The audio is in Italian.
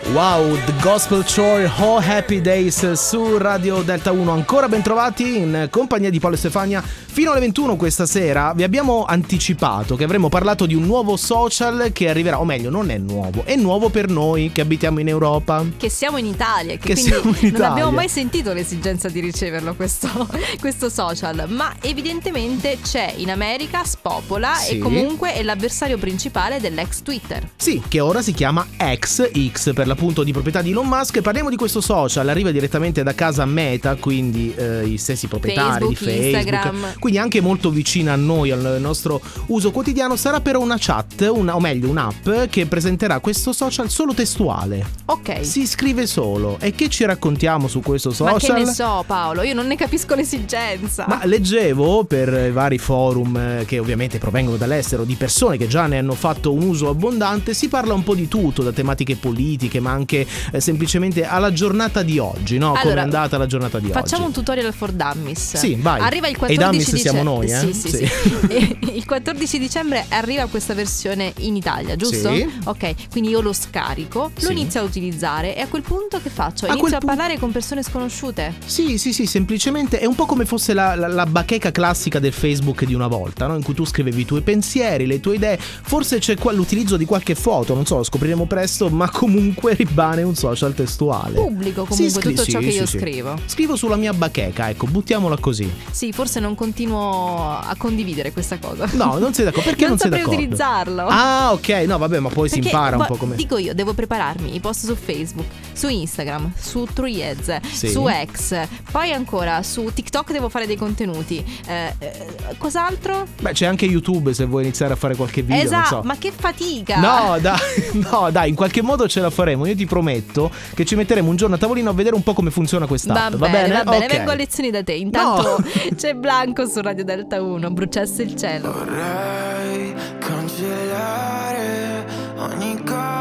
Wow, The Gospel Choir, Oh Happy Days su Radio Delta 1. Ancora ben trovati in compagnia di Paolo e Stefania fino alle 21 questa sera. Vi abbiamo anticipato che avremmo parlato di un nuovo social che arriverà, o meglio non è nuovo per noi che abitiamo in Europa, che siamo in Italia, che quindi siamo in Italia. Non abbiamo mai sentito l'esigenza di riceverlo questo social, ma evidentemente c'è in America, spopola, sì. E comunque è l'avversario principale dell'ex Twitter. Sì, che ora si chiama X per l'appunto, di proprietà di Elon Musk. Parliamo di questo social, arriva direttamente da casa Meta, quindi i stessi proprietari di Facebook, Instagram. quindi anche molto vicina a noi, al nostro uso quotidiano. Sarà però una chat, o meglio un'app che presenterà questo social solo testuale. Ok. Si scrive solo. E che ci raccontiamo su questo social? Ma che ne so, Paolo, io non ne capisco l'esigenza. Ma leggevo per vari forum che ovviamente provengono dall'estero, di persone che già ne hanno fatto un uso abbondante, si parla un po' di tutto, da tematiche politiche ma anche semplicemente alla giornata di oggi, no? Come è andata la giornata di oggi? Facciamo un tutorial for dummies. Sì, vai. Arriva il 14 e i dummies dicembre. Siamo noi, eh? Sì. Il 14 dicembre arriva questa versione in Italia, giusto? Sì. Ok, quindi io lo scarico, lo inizio a utilizzare e a quel punto che faccio? Inizio a parlare con persone sconosciute? Sì, semplicemente è un po' come fosse la bacheca classica del Facebook di una volta, no? In cui tu scrivevi i tuoi pensieri, le tue idee. Forse c'è qua l'utilizzo di qualche foto, non so, lo scopriremo presto, ma comunque rimane un social testuale. Pubblico comunque tutto ciò che io scrivo. Scrivo sulla mia bacheca, ecco, buttiamola così. Sì, forse non continuo a condividere questa cosa. No, non sei d'accordo. Perché non sei d'accordo? Non saprei utilizzarlo. Ah, ok, no vabbè, ma poi si impara un po' come... Dico io, devo prepararmi i post su Facebook, su Instagram, su Threads, su X, poi ancora su TikTok devo fare dei contenuti. Cos'altro? Beh, c'è anche YouTube se vuoi iniziare a fare qualche video, esatto, non so. Ma che fatica. No, dai, in qualche modo ce la faremo. Io ti prometto che ci metteremo un giorno a tavolino a vedere un po' come funziona quest'app. Va bene? Okay. Vengo a lezioni da te. Intanto c'è Blanco su Radio Delta 1, Bruciasse il cielo. Vorrei cancellare ogni cosa